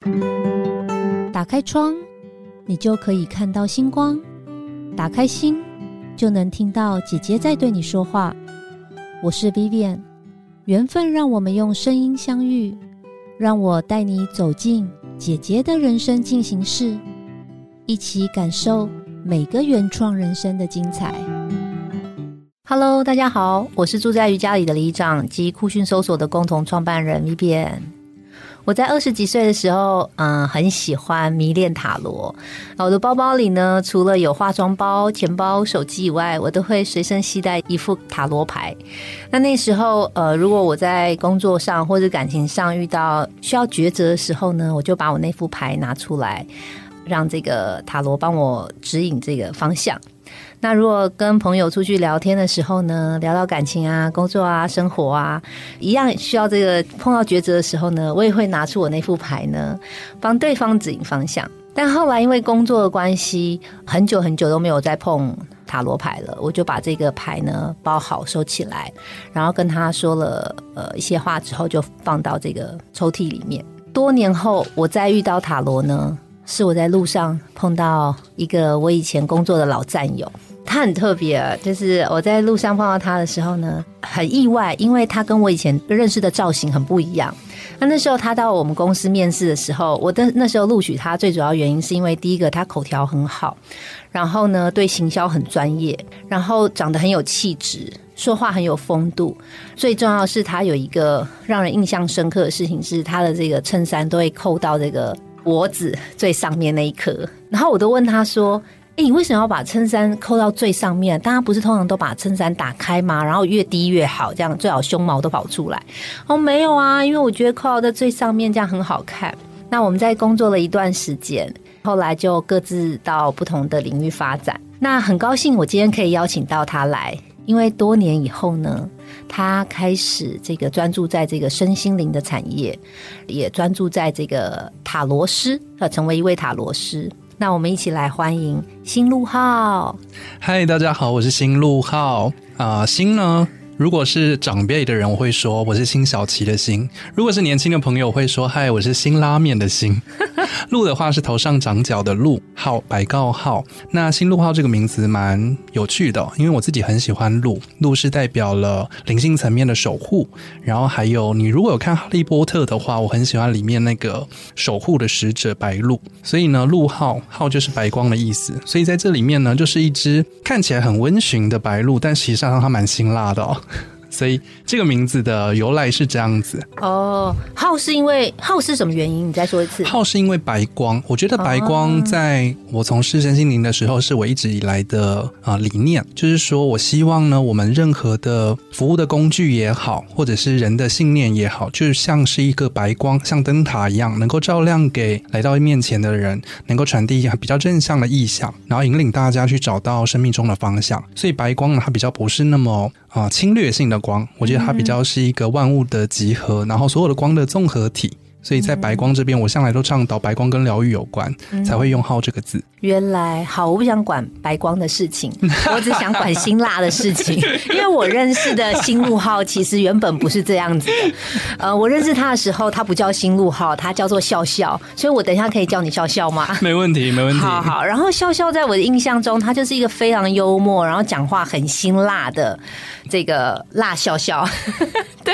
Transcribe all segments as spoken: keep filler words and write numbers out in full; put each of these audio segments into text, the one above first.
打开窗，你就可以看到星光；打开心，就能听到姐姐在对你说话。我是 Vivian， 缘分让我们用声音相遇，让我带你走进姐姐的人生进行式，一起感受每个原创人生的精彩。Hello， 大家好，我是住在瑜伽里的里长及酷讯搜索的共同创办人 Vivian。我在二十几岁的时候，嗯，很喜欢迷恋塔罗。我的包包里呢，除了有化妆包、钱包、手机以外，我都会随身携带一副塔罗牌。那那时候，呃，如果我在工作上或者感情上遇到需要抉择的时候呢，我就把我那副牌拿出来，让这个塔罗帮我指引这个方向。那如果跟朋友出去聊天的时候呢，聊到感情啊、工作啊、生活啊，一样需要这个碰到抉择的时候呢，我也会拿出我那副牌呢，帮对方指引方向。但后来因为工作的关系，很久很久都没有再碰塔罗牌了，我就把这个牌呢包好收起来，然后跟他说了呃一些话之后，就放到这个抽屉里面。多年后我再遇到塔罗呢，是我在路上碰到一个我以前工作的老战友。他很特别，就是我在路上碰到他的时候呢，很意外，因为他跟我以前认识的造型很不一样。那那时候他到我们公司面试的时候，我的那时候录取他最主要原因是因为第一个他口条很好，然后呢对行销很专业，然后长得很有气质，说话很有风度，最重要的是他有一个让人印象深刻的事情，是他的这个衬衫都会扣到这个脖子最上面那一颗。然后我都问他说，欸，你为什么要把衬衫扣到最上面？大家不是通常都把衬衫打开吗？然后越低越好，这样最好胸毛都跑出来。哦，没有啊，因为我觉得扣到在最上面这样很好看。那我们在工作了一段时间，后来就各自到不同的领域发展。那很高兴我今天可以邀请到他来，因为多年以后呢，他开始这个专注在这个身心灵的产业，也专注在这个塔罗师，呃，成为一位塔罗师。那我们一起来欢迎星路浩。 嗨，大家好，我是星路浩啊。星呢，如果是长辈的人，我会说我是辛晓琪的辛；如果是年轻的朋友，我会说嗨，我是辛拉面的辛。路的话是头上长角的路，浩白告浩。那星路浩这个名字蛮有趣的，因为我自己很喜欢路，路是代表了灵性层面的守护。然后还有你如果有看哈利波特的话，我很喜欢里面那个守护的使者白鹿，所以呢路浩，浩就是白光的意思。所以在这里面呢，就是一只看起来很温驯的白鹿，但实际上它蛮辛辣的哦。所以这个名字的由来是这样子哦。浩是因为浩是什么原因？你再说一次。 浩是因为白光，我觉得白光在我从事身心灵的时候，是我一直以来的、呃、理念，就是说我希望呢，我们任何的服务的工具也好，或者是人的信念也好，就像是一个白光，像灯塔一样，能够照亮给来到面前的人，能够传递比较正向的意象，然后引领大家去找到生命中的方向。所以白光呢，它比较不是那么啊、呃、侵略性的光，我觉得它比较是一个万物的集合，然后所有的光的综合体。所以在白光这边，我向来都倡导白光跟疗愈有关，嗯、才会用浩这个字。 原来好，我不想管白光的事情，我只想管辛辣的事情。因为我认识的星路浩其实原本不是这样子的。呃，我认识他的时候，他不叫星路浩，他叫做笑笑。所以我等一下可以叫你笑笑吗？ 没问题，没问题。 好好。然后笑笑在我的印象中，他就是一个非常幽默，然后讲话很辛辣的这个辣笑笑。对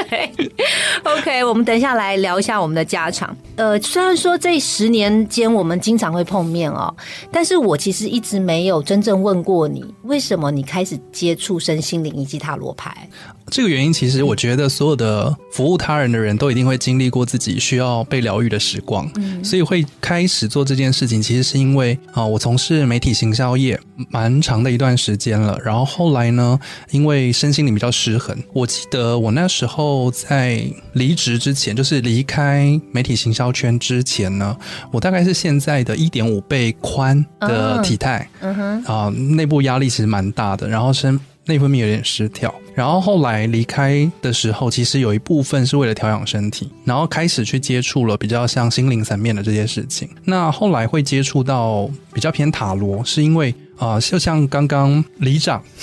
，OK， 我们等一下来聊一下我们的家常。呃，虽然说这十年间我们经常会碰面哦，但是我其实一直没有真正问过你，为什么你开始接触身心灵以及塔罗牌？ 这个原因其实我觉得所有的服务他人的人都一定会经历过自己需要被疗愈的时光、嗯、所以会开始做这件事情，其实是因为、呃、我从事媒体行销业蛮长的一段时间了，然后后来呢，因为身心灵比较失衡，我记得我那时候在离职之前，就是离开媒体行销圈之前呢，我大概是现在的 一点五 倍宽的体态、嗯嗯呃、内部压力其实蛮大的，然后身内分泌有点失调，然后后来离开的时候，其实有一部分是为了调养身体，然后开始去接触了比较像心灵层面的这些事情。那后来会接触到比较偏塔罗，是因为啊、呃，就像刚刚里长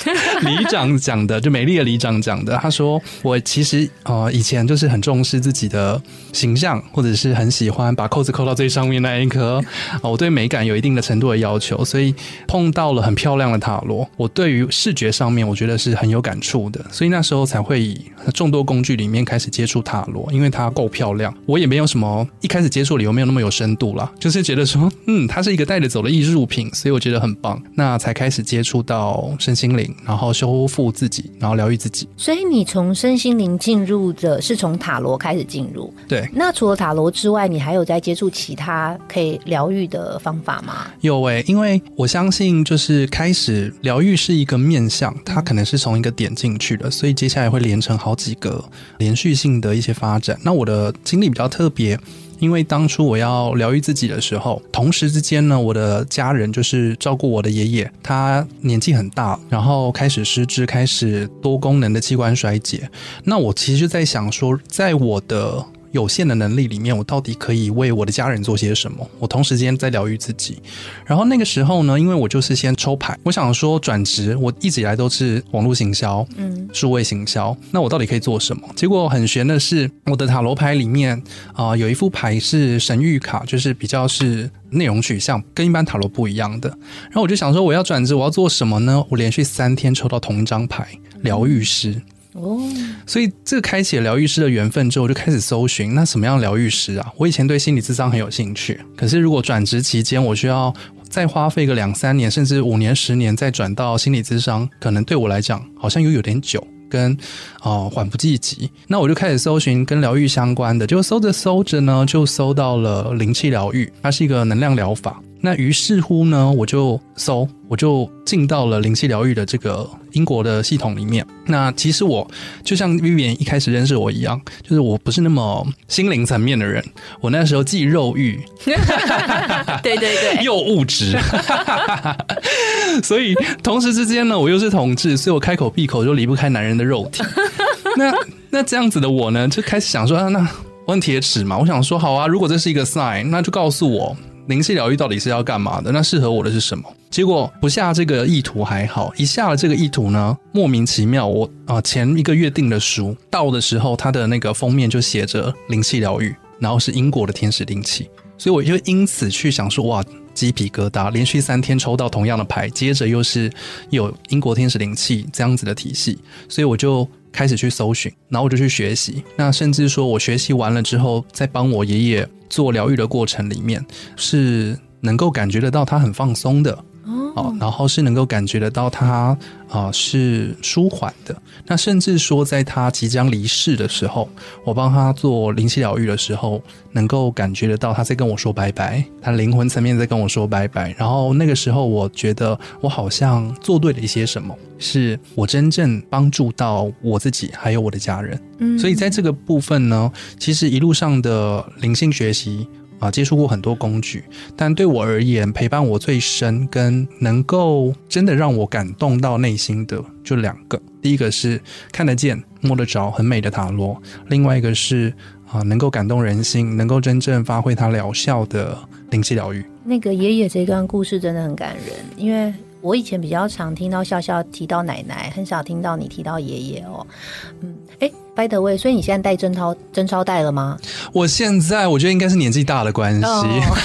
里长讲的，就美丽的里长讲的，他说我其实呃以前就是很重视自己的形象，或者是很喜欢把扣子扣到最上面那一颗、呃、我对美感有一定的程度的要求，所以碰到了很漂亮的塔罗，我对于视觉上面我觉得是很有感触的，所以那时候才会以众多工具里面开始接触塔罗，因为它够漂亮。我也没有什么一开始接触理由没有那么有深度啦，就是觉得说嗯它是一个带着走的艺术品，所以我觉得很棒，那才开始接触到身心灵，然后修复自己，然后疗愈自己。 所以你从身心灵进入的是从塔罗开始进入？ 对。 那除了塔罗之外，你还有在接触其他可以疗愈的方法吗？ 有诶、欸，因为我相信就是开始疗愈是一个面向，它可能是从一个点进去的，所以接下来会连成好几个连续性的一些发展。那我的经历比较特别，因为当初我要疗愈自己的时候，同时之间呢，我的家人就是照顾我的爷爷，他年纪很大，然后开始失智，开始多功能的器官衰竭。那我其实就在想说，在我的有限的能力里面，我到底可以为我的家人做些什么？我同时间在疗愈自己。然后那个时候呢，因为我就是先抽牌，我想说转职，我一直以来都是网络行销，嗯，数位行销，那我到底可以做什么？结果很悬的是，我的塔罗牌里面啊、呃，有一副牌是神谕卡，就是比较是内容取向，跟一般塔罗不一样的。然后我就想说，我要转职，我要做什么呢？我连续三天抽到同一张牌，疗愈师。哦，所以这个开启了疗愈师的缘分之后，我就开始搜寻那什么样疗愈师啊？我以前对心理咨商很有兴趣，可是如果转职期间我需要再花费个两三年甚至五年十年再转到心理咨商，可能对我来讲好像又有点久，跟呃缓不济急。那我就开始搜寻跟疗愈相关的，就搜着搜着呢，就搜到了灵气疗愈，它是一个能量疗法。那于是乎呢，我就搜，我就进到了灵气疗愈的这个英国的系统里面。那其实我就像 Vivian 一开始认识我一样，就是我不是那么心灵层面的人，我那时候既肉欲对对对， 又物质所以同时之间呢，我又是同志，所以我开口闭口就离不开男人的肉体那那这样子的我呢，就开始想说啊，那我很铁齿嘛，我想说好啊，如果这是一个 sign， 那就告诉我灵气疗愈到底是要干嘛的？那适合我的是什么？结果不下这个意图还好，一下了这个意图呢，莫名其妙，我啊、呃、前一个月订的书到的时候，它的那个封面就写着灵气疗愈，然后是英国的天使灵气，所以我就因此去想说，哇，鸡皮疙瘩，连续三天抽到同样的牌，接着又是有英国天使灵气这样子的体系，所以我就开始去搜寻，然后我就去学习。那甚至说我学习完了之后，在帮我爷爷做疗愈的过程里面，是能够感觉得到他很放松的，哦，然后是能够感觉得到他啊、呃、是舒缓的。那甚至说在他即将离世的时候，我帮他做灵气疗愈的时候，能够感觉得到他在跟我说拜拜，他灵魂层面在跟我说拜拜。然后那个时候我觉得我好像做对了一些什么，是我真正帮助到我自己还有我的家人。嗯，所以在这个部分呢，其实一路上的灵性学习啊，接触过很多工具，但对我而言，陪伴我最深跟能够真的让我感动到内心的就两个。第一个是看得见摸得着很美的塔罗，另外一个是啊，能够感动人心，能够真正发挥它疗效的灵气疗愈。 那个爷爷这段故事真的很感人，因为我以前比较常听到笑笑提到奶奶，很少听到你提到爷爷哦。嗯，哎 ，by the way， 所以你现在戴贞操贞操带了吗？ 我现在我觉得应该是年纪大的关系，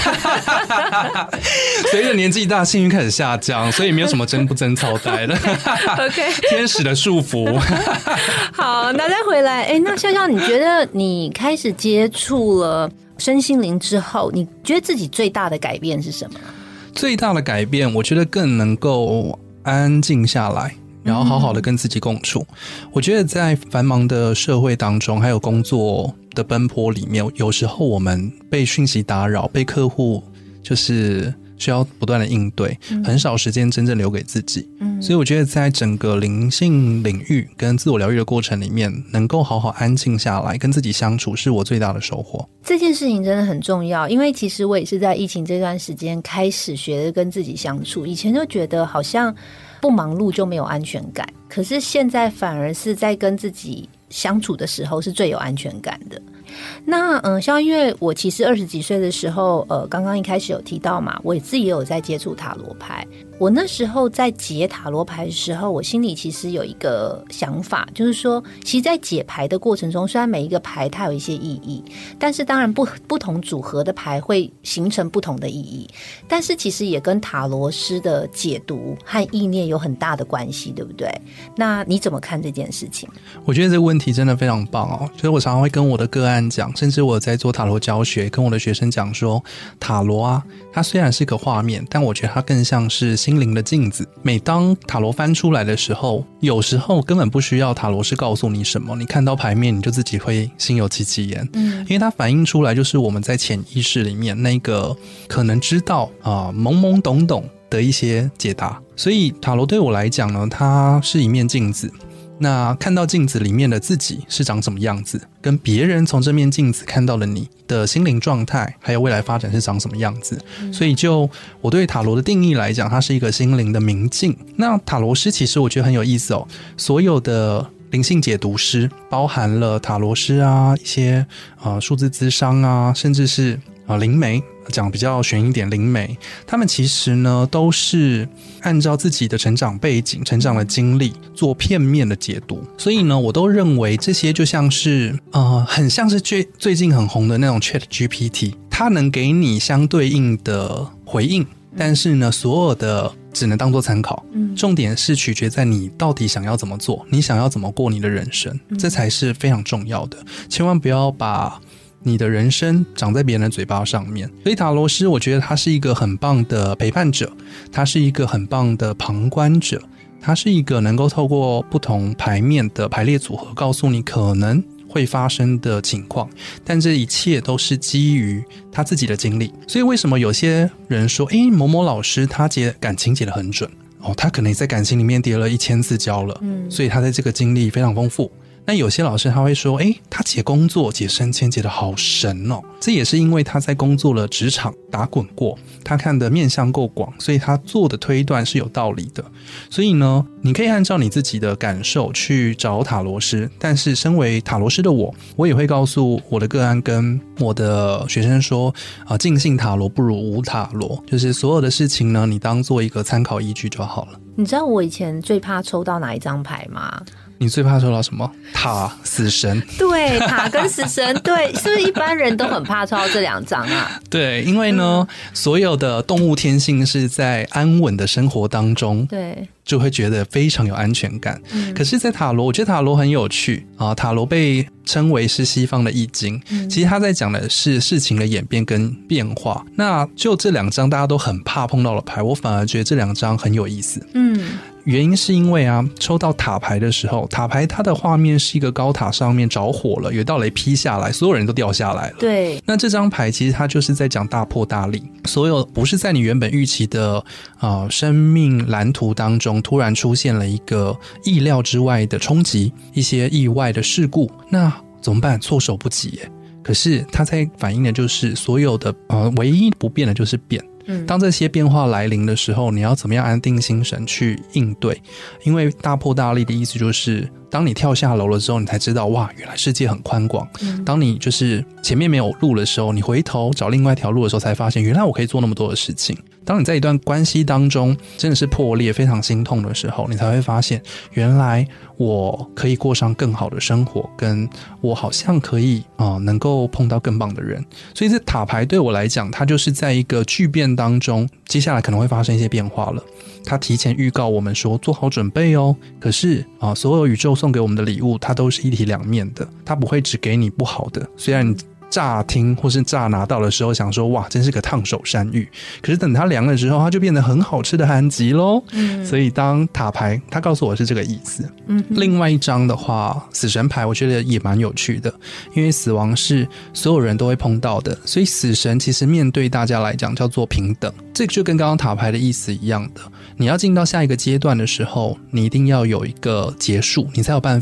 随着、oh. 年纪大，性欲开始下降，所以没有什么贞不贞操带了。OK， 天使的束缚。 好，那再回来，哎，那笑笑，你觉得你开始接触了身心灵之后，你觉得自己最大的改变是什么？ 最大的改变，我觉得更能够安静下来，然后好好的跟自己共处。嗯、我觉得在繁忙的社会当中，还有工作的奔波里面，有时候我们被讯息打扰，被客户就是需要不断的应对，嗯、很少时间真正留给自己。嗯、所以我觉得在整个灵性领域跟自我疗愈的过程里面，能够好好安静下来跟自己相处，是我最大的收获。 这件事情真的很重要，因为其实我也是在疫情这段时间开始学着跟自己相处。以前就觉得好像不忙碌就没有安全感，可是现在反而是在跟自己相处的时候是最有安全感的。 那嗯，像因为我其实二十几岁的时候，呃，刚刚一开始有提到嘛，我自己也有在接触塔罗牌。我那时候在解塔罗牌的时候，我心里其实有一个想法，就是说，其实在解牌的过程中，虽然每一个牌它有一些意义，但是当然不不同组合的牌会形成不同的意义，但是其实也跟塔罗师的解读和意念有很大的关系，对不对？那你怎么看这件事情？ 我觉得这个问题真的非常棒哦，所以我常常会跟我的个案讲，甚至我在做塔罗教学，跟我的学生讲说，塔罗啊，它虽然是个画面，但我觉得它更像是心灵的镜子。每当塔罗翻出来的时候，有时候根本不需要塔罗师告诉你什么，你看到牌面你就自己会心有戚戚焉，嗯，因为它反映出来就是我们在潜意识里面那个可能知道啊、呃、懵懵懂懂的一些解答。所以塔罗对我来讲呢，它是一面镜子。那看到镜子里面的自己是长什么样子，跟别人从这面镜子看到的你的心灵状态还有未来发展是长什么样子、嗯、所以就我对塔罗的定义来讲，它是一个心灵的明镜。那塔罗师其实我觉得很有意思哦，所有的灵性解读师包含了塔罗师啊，一些呃数字咨商啊，甚至是啊灵媒，讲比较玄一点灵媒，他们其实呢都是按照自己的成长背景、成长的经历做片面的解读。所以呢，我都认为这些就像是呃，很像是最最近很红的那种 Chat G P T， 它能给你相对应的回应，但是呢，所有的只能当做参考，重点是取决在你到底想要怎么做，你想要怎么过你的人生，这才是非常重要的。千万不要把你的人生长在别人的嘴巴上面。所以塔罗师我觉得他是一个很棒的陪伴者，他是一个很棒的旁观者，他是一个能够透过不同牌面的排列组合告诉你可能会发生的情况，但这一切都是基于他自己的经历。所以为什么有些人说诶，某某老师他解感情解得很准哦，他可能在感情里面跌了一千次跤了、嗯、所以他在这个经历非常丰富。那有些老师他会说诶，他解工作解升迁解得好神哦，这也是因为他在工作的职场打滚过，他看的面向够广，所以他做的推断是有道理的。所以呢，你可以按照你自己的感受去找塔罗师，但是身为塔罗师的我，我也会告诉我的个案跟我的学生说啊，尽信塔罗不如无塔罗，就是所有的事情呢，你当做一个参考依据就好了。 你知道我以前最怕抽到哪一张牌吗？ 你最怕抽到什么？塔、死神。对， 塔跟死神，对，是不是一般人都很怕抽到这两张啊？ 对，因为呢、嗯，所有的动物天性是在安稳的生活当中， 对， 就会觉得非常有安全感。嗯、可是在塔罗，我觉得塔罗很有趣啊，塔罗被称为是西方的易经、嗯、其实他在讲的是事情的演变跟变化。那就这两张大家都很怕碰到的牌，我反而觉得这两张很有意思。嗯，原因是因为啊，抽到塔牌的时候，塔牌它的画面是一个高塔上面着火了，有一道雷劈下来，所有人都掉下来了。 对， 那这张牌其实它就是在讲大破大立，所有不是在你原本预期的、呃、生命蓝图当中突然出现了一个意料之外的冲击，一些意外的事故，那怎么办？措手不及耶。可是它在反映的就是所有的呃，唯一不变的就是变。当这些变化来临的时候，你要怎么样安定心神去应对？因为大破大立的意思就是当你跳下楼了之后，你才知道哇，原来世界很宽广、嗯、当你就是前面没有路的时候，你回头找另外一条路的时候，才发现原来我可以做那么多的事情。当你在一段关系当中真的是破裂非常心痛的时候，你才会发现原来我可以过上更好的生活，跟我好像可以、呃、能够碰到更棒的人。所以这塔牌对我来讲，它就是在一个巨变当中，接下来可能会发生一些变化了，它提前预告我们说做好准备哦。可是、呃、所有宇宙送给我们的礼物，它都是一体两面的，它不会只给你不好的。虽然你乍听或是乍拿到的时候想说哇，真是个烫手山芋，可是等它凉了之后，它就变得很好吃的韩吉咯、嗯、所以当塔牌它告诉我是这个意思、嗯、另外一张的话，死神牌我觉得也蛮有趣的，因为死亡是所有人都会碰到的，所以死神其实面对大家来讲叫做平等。这个就跟刚刚塔牌的意思一样的，你要进到下一个阶段的时候，你一定要有一个结束，你才有办法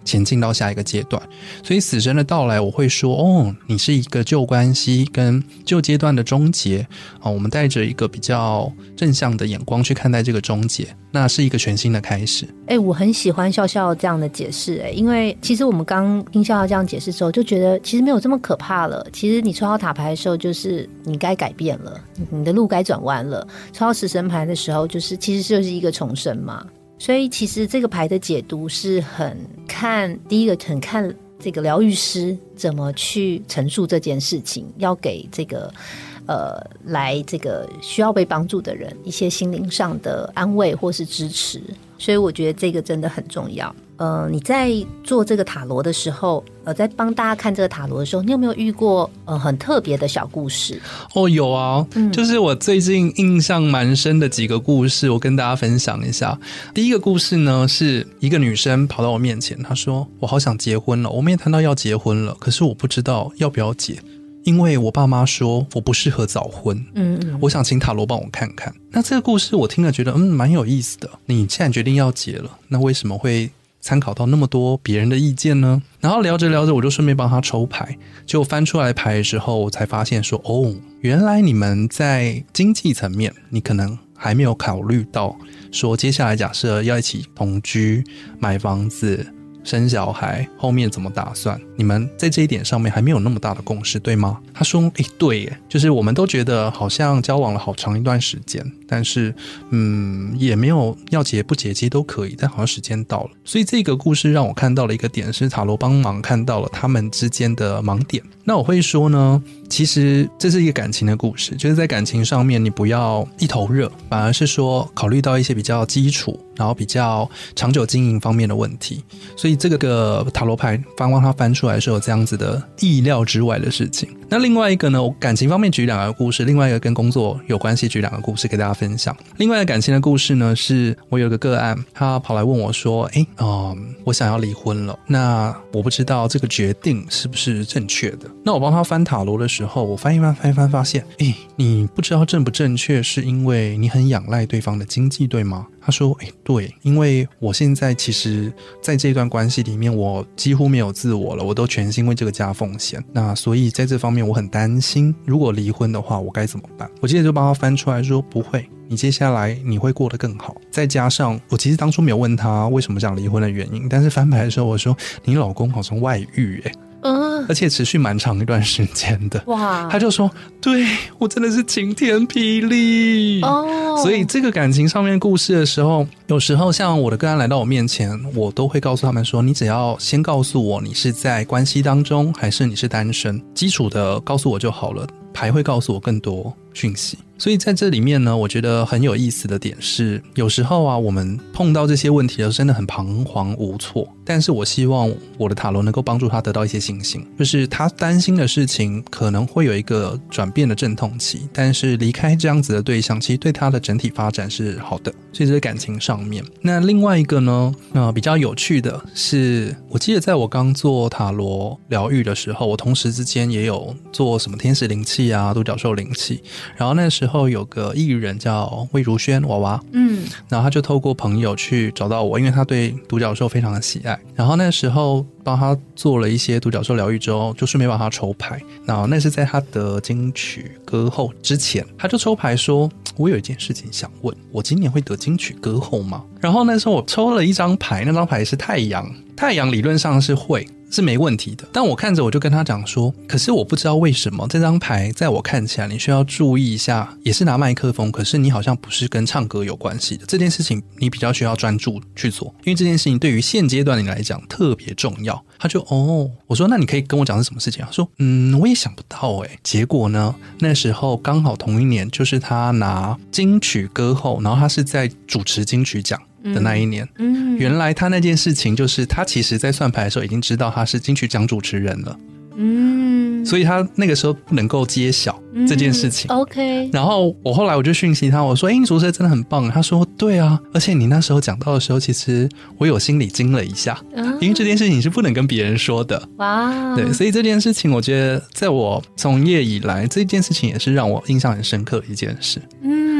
前进到下一个阶段。所以死神的到来，我会说哦，你是一个旧关系跟旧阶段的终结、哦、我们带着一个比较正向的眼光去看待这个终结，那是一个全新的开始。 欸，我很喜欢笑笑这样的解释、欸、因为其实我们刚听笑笑这样解释之后就觉得其实没有这么可怕了。其实你抽到塔牌的时候就是你该改变了，你的路该转弯了。抽到死神牌的时候就是其实就是一个重生嘛。所以其实这个牌的解读是很看，第一个很看这个疗愈师怎么去陈述这件事情，要给这个呃来这个需要被帮助的人一些心灵上的安慰或是支持。所以我觉得这个真的很重要。呃，你在做这个塔罗的时候，呃，在帮大家看这个塔罗的时候，你有没有遇过呃很特别的小故事？ 哦，有啊、嗯、就是我最近印象蛮深的几个故事，我跟大家分享一下。第一个故事呢，是一个女生跑到我面前，她说我好想结婚了，我们也谈到要结婚了，可是我不知道要不要结，因为我爸妈说我不适合早婚。嗯嗯，我想请塔罗帮我看看。那这个故事我听了觉得嗯蛮有意思的。你既然决定要结了，那为什么会参考到那么多别人的意见呢？然后聊着聊着我就顺便帮他抽牌，就翻出来牌之后我才发现说哦，原来你们在经济层面你可能还没有考虑到说接下来假设要一起同居买房子生小孩后面怎么打算，你们在这一点上面还没有那么大的共识对吗？他说诶对耶，就是我们都觉得好像交往了好长一段时间，但是嗯也没有要结不结接都可以，但好像时间到了。所以这个故事让我看到了一个点，是塔罗帮忙看到了他们之间的盲点。那我会说呢，其实这是一个感情的故事，就是在感情上面你不要一头热，反而是说考虑到一些比较基础然后比较长久经营方面的问题。所以这个塔罗牌翻帮他翻出来是有这样子的意料之外的事情。那另外一个呢，我感情方面举两个故事，另外一个跟工作有关系，举两个故事给大家分享。另外一个感情的故事呢，是我有个个案，他跑来问我说诶、嗯、我想要离婚了，那我不知道这个决定是不是正确的。那我帮他翻塔罗的时候，我翻一翻翻一翻发现诶，你不知道正不正确是因为你很仰赖对方的经济对吗？他说诶对，因为我现在其实在这段关系里面我几乎没有自我了，我都全心为这个家奉献，那所以在这方面我很担心如果离婚的话我该怎么办。我接着就帮他翻出来说不会，你接下来你会过得更好。再加上我其实当初没有问他为什么想离婚的原因，但是翻牌的时候我说你老公好像外遇耶、嗯、而且持续蛮长一段时间的。哇！他就说对，我真的是晴天霹雳哦。所以这个感情上面故事的时候，有时候像我的个案来到我面前，我都会告诉他们说，你只要先告诉我你是在关系当中还是你是单身，基础的告诉我就好了，牌会告诉我更多讯息。所以在这里面呢，我觉得很有意思的点是，有时候啊我们碰到这些问题的时候真的很彷徨无措，但是我希望我的塔罗能够帮助他得到一些信心，就是他担心的事情可能会有一个转变的阵痛期，但是离开这样子的对象其实对他的整体发展是好的。所以这是感情上面。那另外一个呢、呃、比较有趣的是，我记得在我刚做塔罗疗愈的时候，我同时之间也有做什么天使灵气啊独角兽灵气，然后那时候有个艺人叫魏如萱娃娃，嗯，然后他就透过朋友去找到我，因为他对独角兽非常的喜爱，然后那时候帮他做了一些独角兽疗愈之后，就顺便帮他抽牌。然后那是在他得金曲歌后之前，他就抽牌说我有一件事情想问，我今年会得金曲歌后吗？然后那时候我抽了一张牌，那张牌是太阳，太阳理论上是会是没问题的，但我看着我就跟他讲说，可是我不知道为什么这张牌在我看起来你需要注意一下，也是拿麦克风，可是你好像不是跟唱歌有关系的，这件事情你比较需要专注去做，因为这件事情对于现阶段你来讲特别重要。他就哦，我说那你可以跟我讲是什么事情啊？他说嗯，我也想不到耶。结果呢，那时候刚好同一年就是他拿金曲歌后，然后他是在主持金曲奖的那一年、嗯嗯、原来他那件事情就是他其实在算牌的时候已经知道他是金曲奖主持人了，嗯，所以他那个时候不能够揭晓这件事情、嗯、OK。 然后我后来我就讯息他，我说诶你主持人真的很棒。他说对啊，而且你那时候讲到的时候其实我有心里惊了一下、嗯、因为这件事情是不能跟别人说的。哇，对，所以这件事情我觉得在我从业以来这件事情也是让我印象很深刻的一件事。嗯，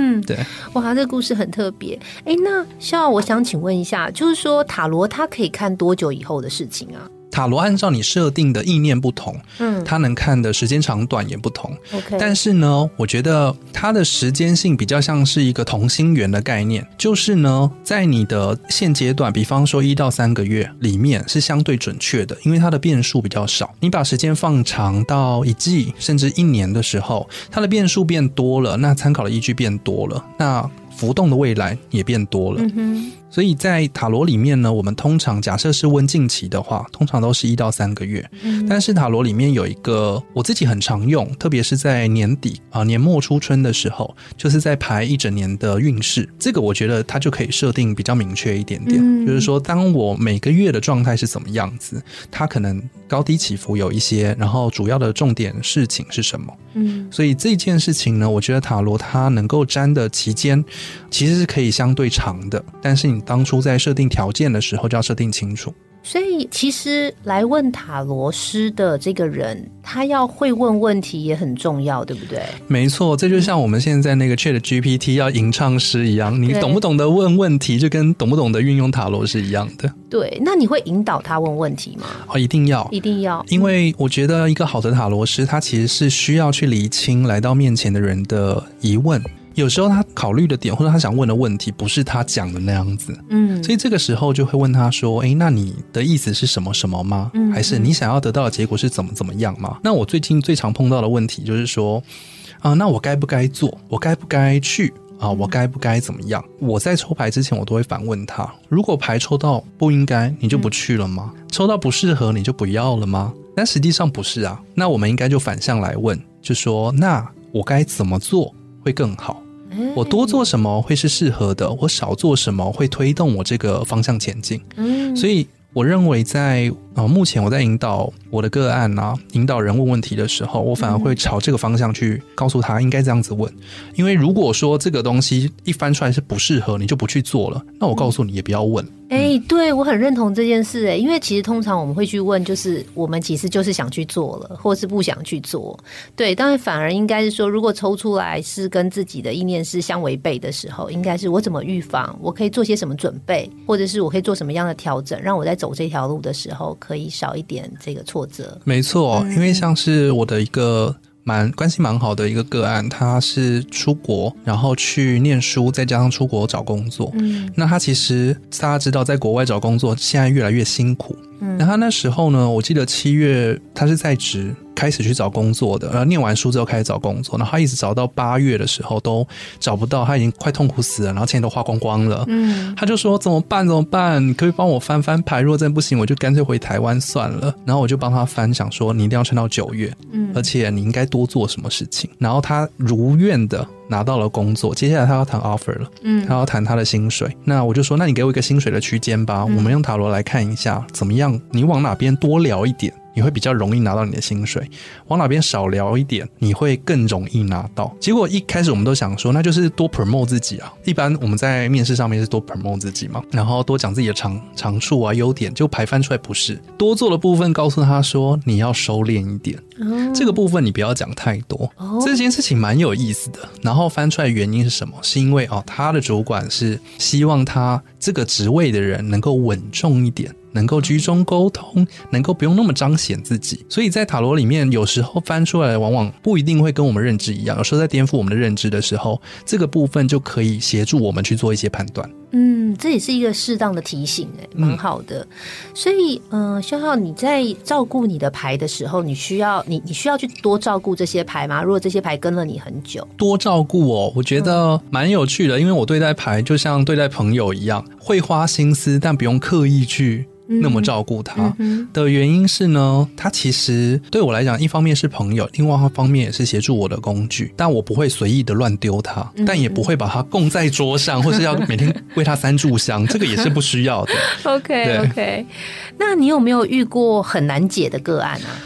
嗯， 对， 哇，这个故事很特别。哎，那肖浩，我想请问一下，就是说塔罗它可以看多久以后的事情啊？ 塔罗按照你设定的意念不同， 嗯， 它能看的时间长短也不同。 OK， 但是呢，我觉得它的时间性比较像是一个同心圆的概念，就是呢，在你的现阶段，比方说一到三个月里面是相对准确的，因为它的变数比较少。你把时间放长到一季甚至一年的时候，它的变数变多了，那参考的依据变多了，那浮动的未来也变多了。 嗯哼， 所以在塔罗里面呢，我们通常假设是问近期的话，通常都是一到三个月。嗯、但是塔罗里面有一个我自己很常用，特别是在年底啊、呃、年末初春的时候，就是在排一整年的运势。这个我觉得它就可以设定比较明确一点点，嗯、就是说当我每个月的状态是怎么样子，它可能高低起伏有一些，然后主要的重点事情是什么。嗯，所以这件事情呢，我觉得塔罗它能够占的期间其实是可以相对长的，但是你当初在设定条件的时候就要设定清楚。 所以其实来问塔罗师的这个人，他要会问问题也很重要，对不对？ 没错，这就像我们现在那个 Chat G P T 要吟唱诗一样，你懂不懂得问问题就跟懂不懂得运用塔罗是一样的。 对，那你会引导他问问题吗？ 哦，一定要， 一定要， 因为我觉得一个好的塔罗师，他其实是需要去厘清来到面前的人的疑问。有时候他考虑的点或者他想问的问题不是他讲的那样子，嗯，所以这个时候就会问他说，诶，那你的意思是什么什么吗？嗯，还是你想要得到的结果是怎么怎么样吗？那我最近最常碰到的问题就是说，啊、呃，那我该不该做？我该不该去？啊，我该不该怎么样？我在抽牌之前我都会反问他，如果牌抽到不应该，你就不去了吗？嗯、抽到不适合，你就不要了吗？但实际上不是啊，那我们应该就反向来问，就说那我该怎么做会更好？我多做什么会是适合的，我少做什么会推动我这个方向前进。嗯，所以我认为在呃目前我在引导我的个案啊，引导人问问题的时候，我反而会朝这个方向去告诉他应该这样子问。因为如果说这个东西一翻出来是不适合，你就不去做了，那我告诉你也不要问。 哎、欸，对，我很认同这件事。哎，因为其实通常我们会去问，就是我们其实就是想去做了，或是不想去做。对，当然反而应该是说，如果抽出来是跟自己的意念是相违背的时候，应该是我怎么预防，我可以做些什么准备，或者是我可以做什么样的调整，让我在走这条路的时候可以少一点这个挫折。 没错，因为像是我的一个蛮关系蛮好的一个个案，他是出国然后去念书，再加上出国找工作。嗯，那他其实大家知道在国外找工作现在越来越辛苦。嗯，那他那时候呢，我记得七月他是在职开始去找工作的，然后念完书之后开始找工作，然后他一直找到八月的时候都找不到，他已经快痛苦死了，然后钱都花光光了。嗯，他就说怎么办怎么办，你可以帮我翻翻牌，如果真的不行我就干脆回台湾算了。然后我就帮他翻，想说你一定要撑到九月，嗯，而且你应该多做什么事情。然后他如愿的拿到了工作，接下来他要谈 offer 了，嗯，他要谈他的薪水。那我就说，那你给我一个薪水的区间吧，嗯，我们用塔罗来看一下，怎么样？你往哪边多聊一点，你会比较容易拿到你的薪水；往哪边少聊一点，你会更容易拿到。结果一开始我们都想说，那就是多 promote 自己啊。一般我们在面试上面是多 promote 自己嘛，然后多讲自己的长长处啊、优点，就牌翻出来不是多做的部分，告诉他说你要收敛一点，哦，这个部分你不要讲太多。哦，这件事情蛮有意思的。然后翻出来原因是什么？是因为哦，他的主管是希望他这个职位的人能够稳重一点，能够居中沟通，能够不用那么彰显自己。所以在塔罗里面有时候翻出来往往不一定会跟我们认知一样，有时候在颠覆我们的认知的时候，这个部分就可以协助我们去做一些判断。 嗯，这也是一个适当的提醒，哎，蛮好的。嗯，所以，呃，肖浩，你在照顾你的牌的时候，你需要你你需要去多照顾这些牌吗？如果这些牌跟了你很久，多照顾哦，我觉得蛮有趣的，因为我对待牌就像对待朋友一样，会花心思，但不用刻意去那么照顾他的原因是呢，他其实对我来讲，一方面是朋友，另外一方面也是协助我的工具，但我不会随意的乱丢他，但也不会把它供在桌上，或是要每天为他三炷香，这个也是不需要的。 OK OK， 那你有没有遇过很难解的个案啊？ 哦，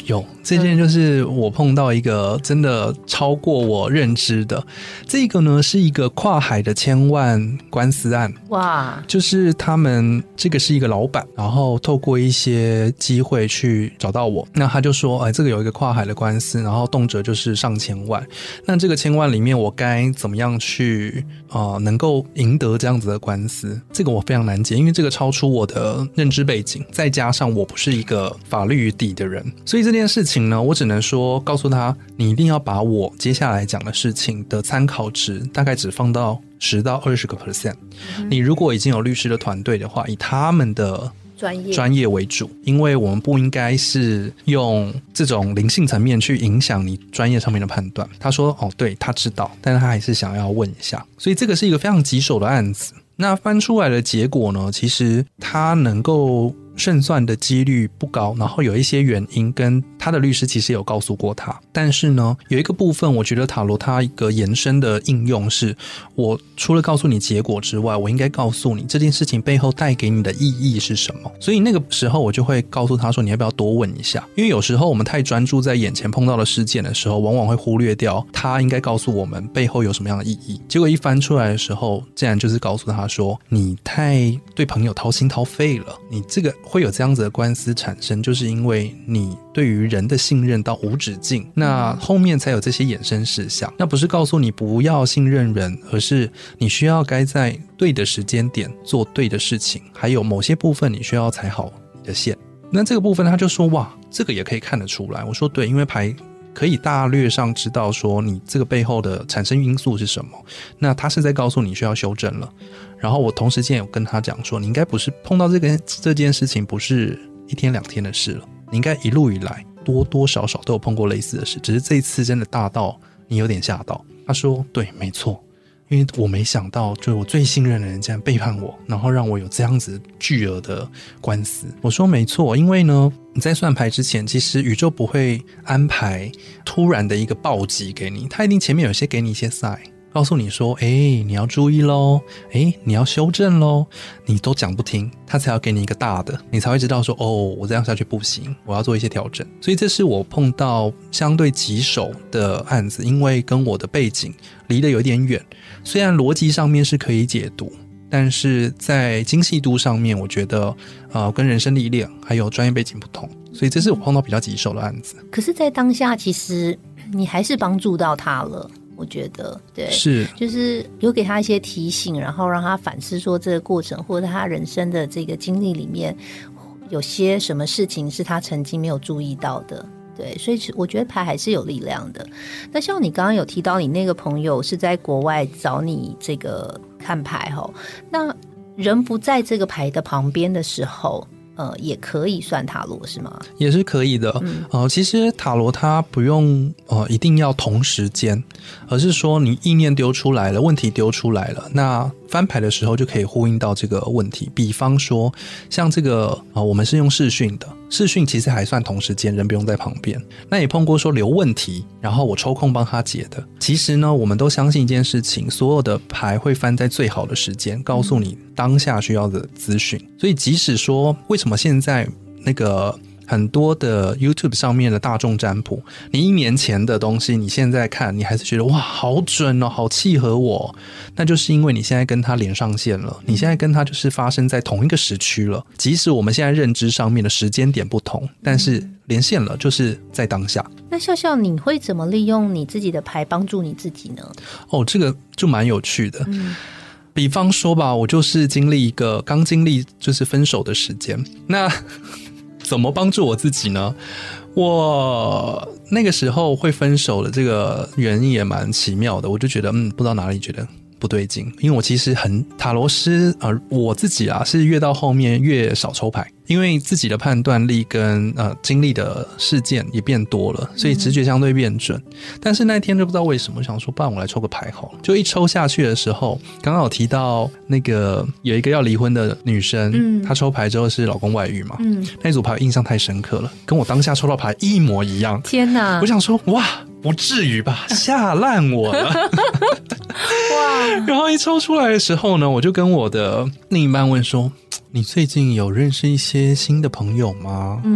有，这件就是我碰到一个真的超过我认知的。这个呢是一个跨海的千万官司案。 哇！ 就是他们这个是一个老板，然后透过一些机会去找到我，那他就说哎，这个有一个跨海的官司，然后动辄就是上千万，那这个千万里面我该怎么样去呃能够赢得这样子的官司，这个我非常难解，因为这个超出我的认知背景，再加上我不是一个法律底的人，所以这件事情呢，我只能说告诉他，你一定要把我接下来讲的事情的参考值大概只放到十到二十个 percent。你如果已经有律师的团队的话，以他们的专业专业为主，因为我们不应该是用这种灵性层面去影响你专业上面的判断。他说哦，对，他知道，但是他还是想要问一下，所以这个是一个非常棘手的案子。那翻出来的结果呢，其实他能够胜算的几率不高，然后有一些原因跟他的律师其实有告诉过他，但是呢有一个部分我觉得塔罗它一个延伸的应用是，我除了告诉你结果之外，我应该告诉你这件事情背后带给你的意义是什么。所以那个时候我就会告诉他说，你要不要多问一下，因为有时候我们太专注在眼前碰到的事件的时候，往往会忽略掉他应该告诉我们背后有什么样的意义。结果一翻出来的时候，竟然就是告诉他说，你太对朋友掏心掏肺了，你这个会有这样子的官司产生，就是因为你对于人的信任到无止境，那后面才有这些衍生事项。那不是告诉你不要信任人，而是你需要该在对的时间点做对的事情，还有某些部分你需要踩好你的线。那这个部分他就说，哇，这个也可以看得出来。我说对，因为牌可以大略上知道说你这个背后的产生因素是什么，那他是在告诉你需要修正了。然后我同时间有跟他讲说，你应该不是碰到这个这件事情不是一天两天的事了，你应该一路以来多多少少都有碰过类似的事，只是这一次真的大到你有点吓到。他说对，没错，因为我没想到就是我最信任的人竟然背叛我，然后让我有这样子巨额的官司。我说没错，因为呢你在算牌之前，其实宇宙不会安排突然的一个暴击给你，他一定前面有些给你一些 sign，告诉你说，哎，你要注意咯，哎，你要修正咯，你都讲不听，他才要给你一个大的，你才会知道说，哦，我这样下去不行，我要做一些调整。所以这是我碰到相对棘手的案子，因为跟我的背景离得有点远，虽然逻辑上面是可以解读，但是在精细度上面我觉得呃，跟人生历练还有专业背景不同，所以这是我碰到比较棘手的案子。 可是在当下其实你还是帮助到他了，我觉得对， 是就是有给他一些提醒，然后让他反思说这个过程或者他人生的这个经历里面有些什么事情是他曾经没有注意到的。对，所以我觉得牌还是有力量的。那像你刚刚有提到你那个朋友是在国外找你这个看牌吼，那人不在这个牌的旁边的时候呃，也可以算塔罗是吗？ 也是可以的。嗯、呃，其实塔罗它不用呃一定要同时间，而是说你意念丢出来了，问题丢出来了，那翻牌的时候就可以呼应到这个问题。比方说像这个呃，我们是用视讯的，视讯其实还算同时间，人不用在旁边。那也碰过说留问题，然后我抽空帮他解的。其实呢，我们都相信一件事情，所有的牌会翻在最好的时间，告诉你当下需要的资讯。所以即使说为什么现在那个很多的 YouTube 上面的大众占卜，你一年前的东西你现在看，你还是觉得哇好准哦，好契合我，那就是因为你现在跟他连上线了，你现在跟他就是发生在同一个时区了。即使我们现在认知上面的时间点不同，但是连线了，就是在当下。 那笑笑你会怎么利用你自己的牌帮助你自己呢？ 哦，这个就蛮有趣的。嗯，比方说吧，我就是经历一个刚经历就是分手的时间，那怎么帮助我自己呢？我那个时候会分手的这个原因也蛮奇妙的，我就觉得嗯，不知道哪里觉得不对劲，因为我其实很塔罗师呃，我自己啊是越到后面越少抽牌，因为自己的判断力跟呃经历的事件也变多了，所以直觉相对变准。嗯、但是那天就不知道为什么想说，不然我来抽个牌好了。就一抽下去的时候，刚刚有提到那个有一个要离婚的女生，嗯，她抽牌之后是老公外遇嘛，嗯，那组牌印象太深刻了，跟我当下抽到牌一模一样。 天哪！ 我想说哇，不至于吧，吓烂我了。哇！然后一抽出来的时候呢，我就跟我的另一半问说，你最近有认识一些新的朋友吗？嗯哼，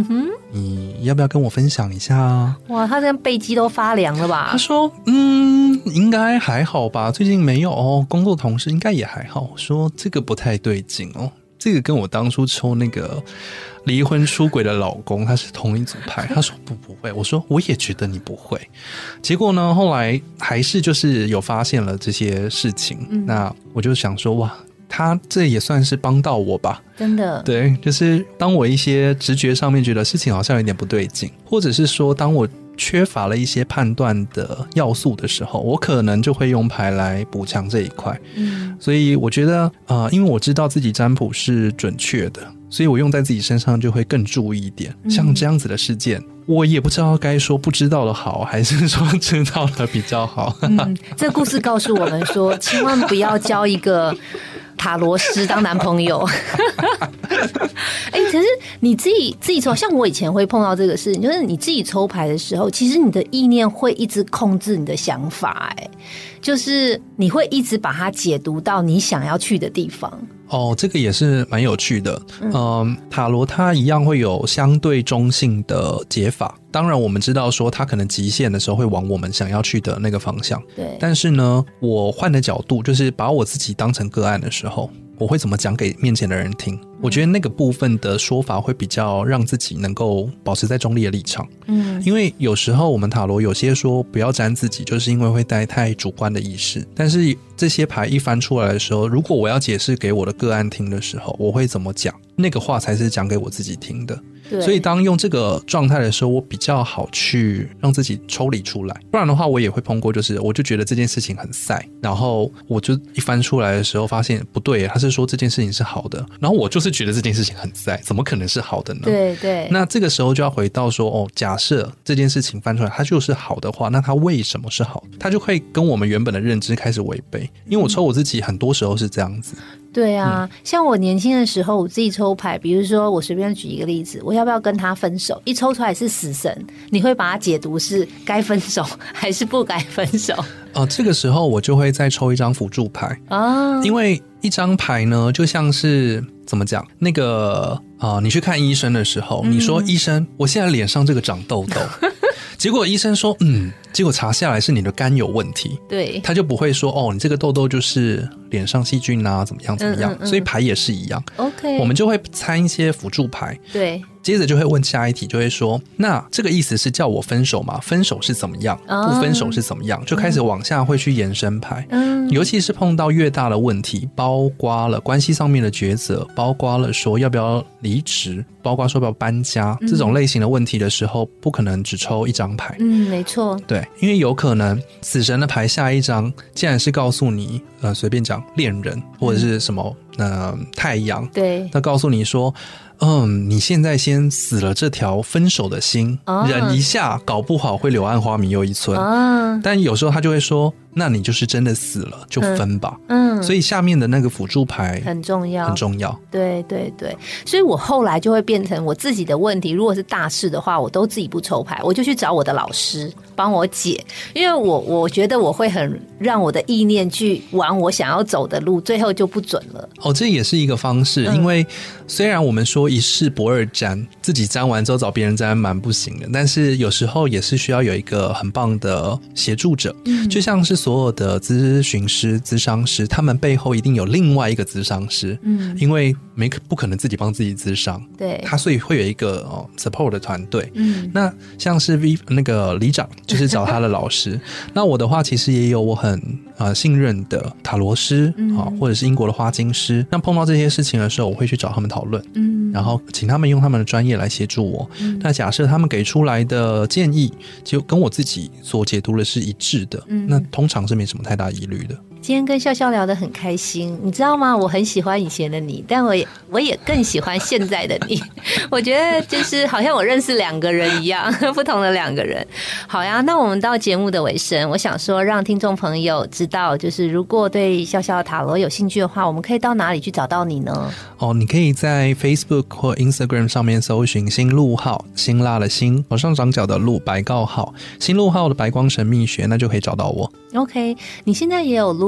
你要不要跟我分享一下啊？ 哇，他这样背肌都发凉了吧？ 他说嗯，应该还好吧，最近没有哦，工作同事应该也还好。我说这个不太对劲哦，这个跟我当初抽那个离婚出轨的老公他是同一组牌。他说不不会，我说我也觉得你不会。结果呢后来还是就是有发现了这些事情、嗯、那我就想说哇，他这也算是帮到我吧， 真的。 对，就是当我一些直觉上面觉得事情好像有点不对劲，或者是说当我缺乏了一些判断的要素的时候，我可能就会用牌来补强这一块。嗯，所以我觉得呃，因为我知道自己占卜是准确的，所以我用在自己身上就会更注意一点。嗯、像这样子的事件，我也不知道该说不知道的好，还是说知道的比较好。 嗯，这故事告诉我们说，千万不要交一个塔罗师当男朋友。哎、欸，可是你自己自己抽，像我以前会碰到这个事情，就是你自己抽牌的时候，其实你的意念会一直控制你的想法、欸，哎，就是你会一直把它解读到你想要去的地方。 哦，这个也是蛮有趣的。嗯、呃，塔罗它一样会有相对中性的解法。当然我们知道说它可能极限的时候会往我们想要去的那个方向。 对。 但是呢，我换的角度就是把我自己当成个案的时候，我会怎么讲给面前的人听。我觉得那个部分的说法会比较让自己能够保持在中立的立场。嗯，因为有时候我们塔罗有些说不要沾自己，就是因为会带太主观的意识。但是这些牌一翻出来的时候，如果我要解释给我的个案听的时候，我会怎么讲？那个话才是讲给我自己听的。所以当用这个状态的时候，我比较好去让自己抽离出来。不然的话我也会碰过，就是我就觉得这件事情很晒，然后我就一翻出来的时候发现不对，他是说这件事情是好的，然后我就是觉得这件事情很晒，怎么可能是好的呢？对对。那这个时候就要回到说，哦，假设这件事情翻出来它就是好的话，那它为什么是好的？它就会跟我们原本的认知开始违背。因为我抽我自己很多时候是这样子。 对啊、嗯、像我年轻的时候我自己抽牌，比如说我随便举一个例子，我要不要跟他分手，一抽出来是死神，你会把它解读是该分手还是不该分手？ 呃，这个时候我就会再抽一张辅助牌哦，因为一张牌呢就像是怎么讲，那个呃，你去看医生的时候、嗯、你说医生我现在脸上这个长痘痘结果医生说嗯，结果查下来是你的肝有问题，对，他就不会说哦，你这个痘痘就是脸上细菌啊怎么样怎么样、嗯嗯嗯、所以牌也是一样 OK， 我们就会参一些辅助牌，对，接着就会问下一题，就会说那这个意思是叫我分手吗？分手是怎么样、哦、不分手是怎么样，就开始往下会去延伸牌、嗯、尤其是碰到越大的问题，包括了关系上面的抉择，包括了说要不要离职，包括说要不要搬家、嗯、这种类型的问题的时候，不可能只抽一张牌。 嗯，没错， 对，因为有可能死神的牌下一张竟然是告诉你呃，随便讲恋人或者是什么、嗯、呃太阳，对，他告诉你说嗯，你现在先死了这条分手的心、哦、忍一下搞不好会柳暗花明又一村、哦、但有时候他就会说那你就是真的死了就分吧， 嗯, 嗯，所以下面的那个辅助牌很重要很重要， 对对对，所以我后来就会变成我自己的问题，如果是大事的话我都自己不抽牌，我就去找我的老师帮我解，因为我我觉得我会很让我的意念去往我想要走的路，最后就不准了。 哦，这也是一个方式、嗯、因为虽然我们说一事不二占，自己占完之后找别人占蛮不行的，但是有时候也是需要有一个很棒的协助者、嗯、就像是所有的咨询师咨商师，他们背后一定有另外一个咨商师，嗯，因为没不可能自己帮自己咨商，对，他所以会有一个、哦、support 的团队，嗯，那像是 V 那个里长就是找他的老师那我的话其实也有我很呃信任的塔罗师、嗯哦、或者是英国的花精师，那碰到这些事情的时候我会去找他们讨论，嗯，然后请他们用他们的专业来协助我、嗯、那假设他们给出来的建议就跟我自己所解读的是一致的、嗯、那通常是没什么太大疑虑的。 今天跟笑笑聊得很开心，你知道吗？我很喜欢以前的你，但我也我也更喜欢现在的你。我觉得就是好像我认识两个人一样，不同的两个人。好呀，那我们到节目的尾声，我想说让听众朋友知道，就是如果对笑笑塔罗有兴趣的话，我们可以到哪里去找到你呢？ 哦，你可以在 Facebook 或 Instagram 上面搜寻新路号，辛辣的辛，往上长角的路，白告号，新路号的白光神秘学，那就可以找到我。 OK， 你现在也有录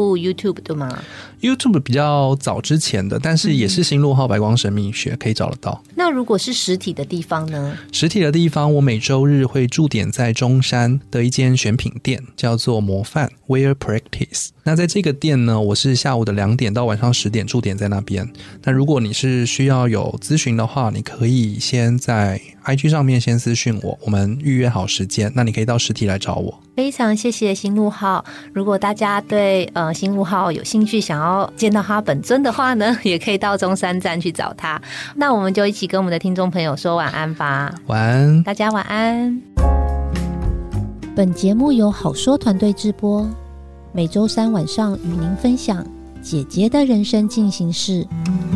入 YouTube 对吗？ YouTube 比较早之前的，但是也是新路号白光神秘学可以找得到。 那如果是实体的地方呢？ 实体的地方我每周日会驻点在中山的一间选品店，叫做模范 Wear Practice。 那在这个店呢，我是下午的两点到晚上十点驻点在那边。那如果你是需要有咨询的话，你可以先在 I G 上面先私讯我，我们预约好时间，那你可以到实体来找我。 非常谢谢新路号，如果大家对呃新路号有兴趣，想要见到他本尊的话呢，也可以到中山站去找他。那我们就一起跟我们的听众朋友说晚安吧。 晚安， 大家晚安。本节目由好说团队制播，每周三晚上与您分享姐姐的人生进行式。